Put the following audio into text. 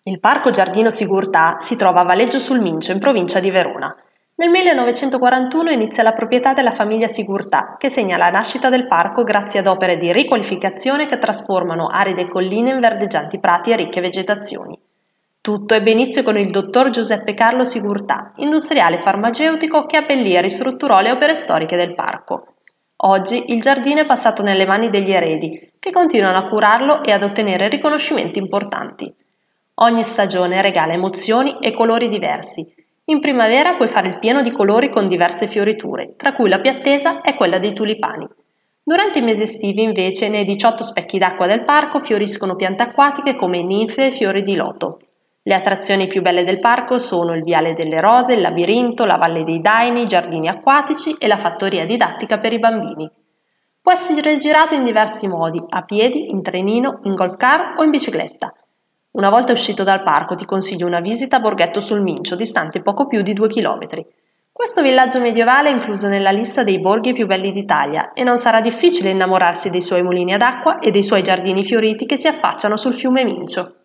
Il Parco Giardino Sigurtà si trova a Valeggio sul Mincio, in provincia di Verona. Nel 1941 inizia la proprietà della famiglia Sigurtà, che segna la nascita del parco grazie ad opere di riqualificazione che trasformano aride colline in verdeggianti prati e ricche vegetazioni. Tutto ebbe inizio con il dottor Giuseppe Carlo Sigurtà, industriale farmaceutico che abbellì e ristrutturò le opere storiche del parco. Oggi il giardino è passato nelle mani degli eredi, che continuano a curarlo e ad ottenere riconoscimenti importanti. Ogni stagione regala emozioni e colori diversi. In primavera puoi fare il pieno di colori con diverse fioriture, tra cui la più attesa è quella dei tulipani. Durante i mesi estivi, invece, nei 18 specchi d'acqua del parco fioriscono piante acquatiche come ninfe e fiori di loto. Le attrazioni più belle del parco sono il Viale delle Rose, il Labirinto, la Valle dei Daini, i giardini acquatici e la fattoria didattica per i bambini. Può essere girato in diversi modi, a piedi, in trenino, in golf car o in bicicletta. Una volta uscito dal parco ti consiglio una visita a Borghetto sul Mincio, distante poco più di 2 chilometri. Questo villaggio medievale è incluso nella lista dei borghi più belli d'Italia e non sarà difficile innamorarsi dei suoi mulini ad acqua e dei suoi giardini fioriti che si affacciano sul fiume Mincio.